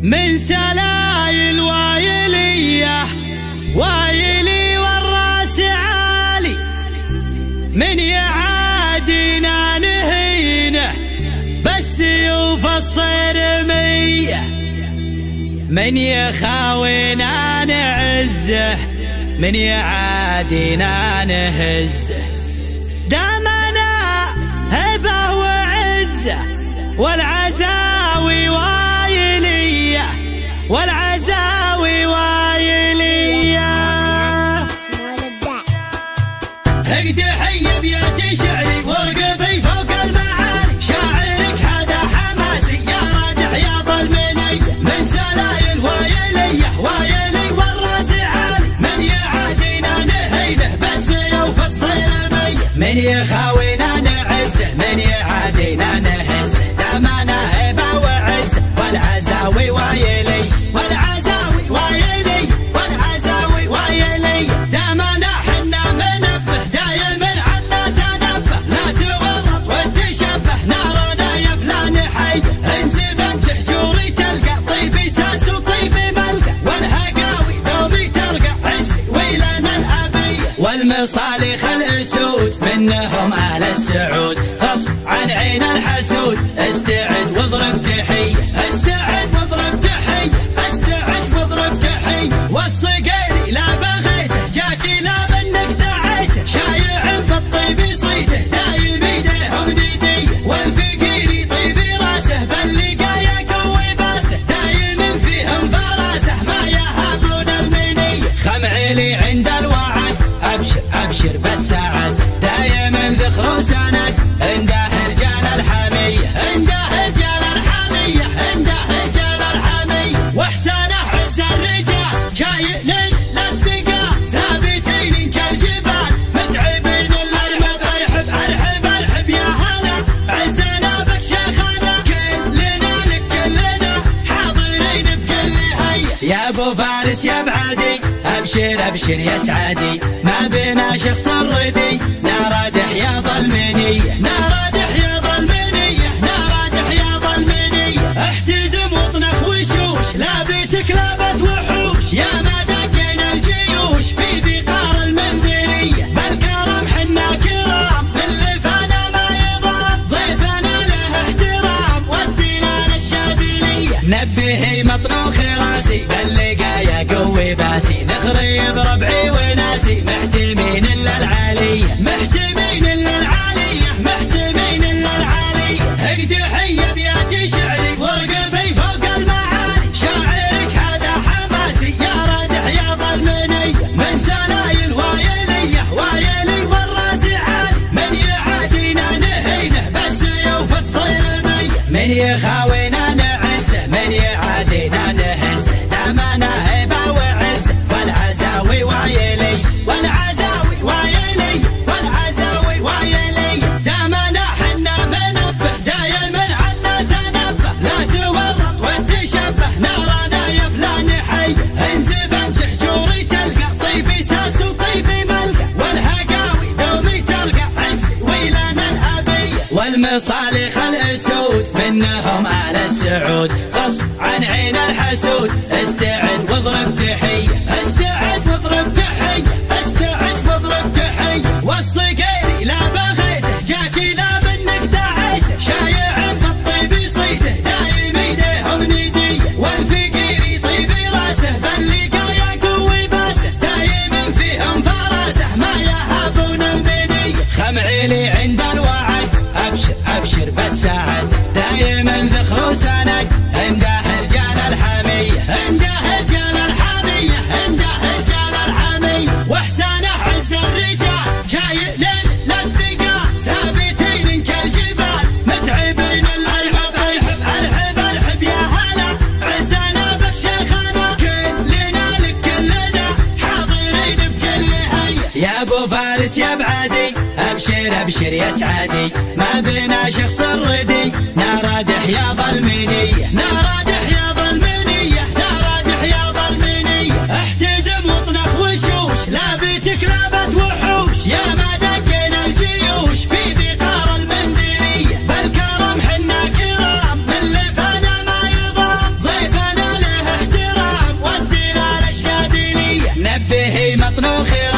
من سلايل وايلية وايلي والراس عالي، من يعادينا نهينه بالسيوف الصرمية، من يخاوينا نعزه من يعادينا نهزه. دامنا هبه وعزه والعزاوي وايلية والعزاوي وايلية. اقدحي بيد شعري وارقبي فوق المعالي، شاعرك هذا حماسي يا رادح يا ظلمني، من سلايل وايلية وايلي والراس عالي، من يعادينا نهينه بالسيوف الصرمية، من يخاوينا نعزه من يعادينا نهزه. دامنا هبه وعزه والعزاوي وايلي والعزاوي وايلي والعزاوي وايلي. دامنا حنا منبه دايما عنا تنبه، لا تورط وتشبه نارنا يا فلان حي، انزبن تحجوري تلقى طيبي ساس وطيبي ملقى، والهقاوي دومي ترقى عزي ويلنا الابيه، والمصالح الاسود منهم اهل السعود، غصب عن عين الحسود. استعد واضرب تحيه استعد واضرب تحيه استعد واضرب تحيه، والصقيري لا بغيته جاكي لا منك دعيته، شايع بالطيب يصيده دايم ايديهم نديه، والفقيري طيبي راسه باللقايا قوي باسه، دايم فيهم فراسه ما يهابون المنيه. خمعيلي عند الوعد ابشر ابشر بالسعد، دايم ذخر وسند عنده رجال الحميه عنده رجال الحميه عنده رجال الحميه، واحسانه عز الرجال شايل للثقال، ثابتين كالجبال متعبين للارحب ارحب ارحب ارحب يا هلا، عزنا بك شيخنا كلنا لك كلنا حاضرين بكل هيا. يا ابو فارس يا بعدي ابشر ابشر يا سعادي، ما بينا شخص الردي نارادح يا ظلمنيه نارادح يا ظلمنيه نارادح يا ظلمنيه. احتزم واطنخ وشوش لابتك لابت وحوش، يا ما دقينا الجيوش في بقار المنذريه، بالكرم حنا كرام اللي فانا ما يضام، ضيفنا له احترام والدلال الشاذليه، نبهي مطروخ راسي باللقايا قوي باسي، ذخري بربعي وناسي محتمين الا العاليه محتمين الا العاليه محتمين الا العاليه. اقدحي بيد شعري وارقبي فوق المعالي، شاعرك هذا حماسي يا رادح يا ظلمني، من سلايل وايليه وايلي والراس عالي، من يعادينا نهينه بالسيوف الصرميه، من يخاوينا نعزه من يعادينا نهزه. دامنا هبه وعزه والعزاوي وايلي والعزاوي وايلي والعزاوي وايلي. دامنا حنا منبه دايما عنا تنبه، لا تورط وتشبه نارنا يا فلان حي، انزبن تحجوري تلقى طيبي ساس وطيبي ملقى، والهقاوي دومي ترقى عزي ويلنا الابيه، والمصالح الاسود منهم اهل السعود، غصب عن عين الحسود. استعد واضرب تحيه استعد واضرب تحيه استعد واضرب تحيه، والصقيري لا بغيته جاكي لا منك دعيته، شايع بالطيب يصيده دايم ايديهم نديه، والفقيري طيبي راسه باللقايا قوي باسه، دايم فيهم فراسه ما يهابون المنيه. خمعيلي عند الوعد ابشر ابشر بالسعد، دايما ذخر وسند عنده رجال الحميه عنده رجال الحميه عنده رجال الحميه، واحسانه عز الرجال شايل للثقال، ثابتين كالجبال متعبين الارحب ارحب ارحب ارحب يا هلا، عزنا بك شيخنا كلنا لك كلنا حاضرين بكل هيا. يا ابو فارس يا بعدي ابشر ابشر يا سعادي، ما بينا شخص الردي نارادح يا ظلمنيه نارادح يا ظلمنيه نارادح يا ظلمنيه. احتزم واطنخ وشوش لابتك لابت وحوش، يا ما دقينا الجيوش في بقار المنذريه، بالكرم حنا كرام اللي فانا ما يضام، ضيفنا الخير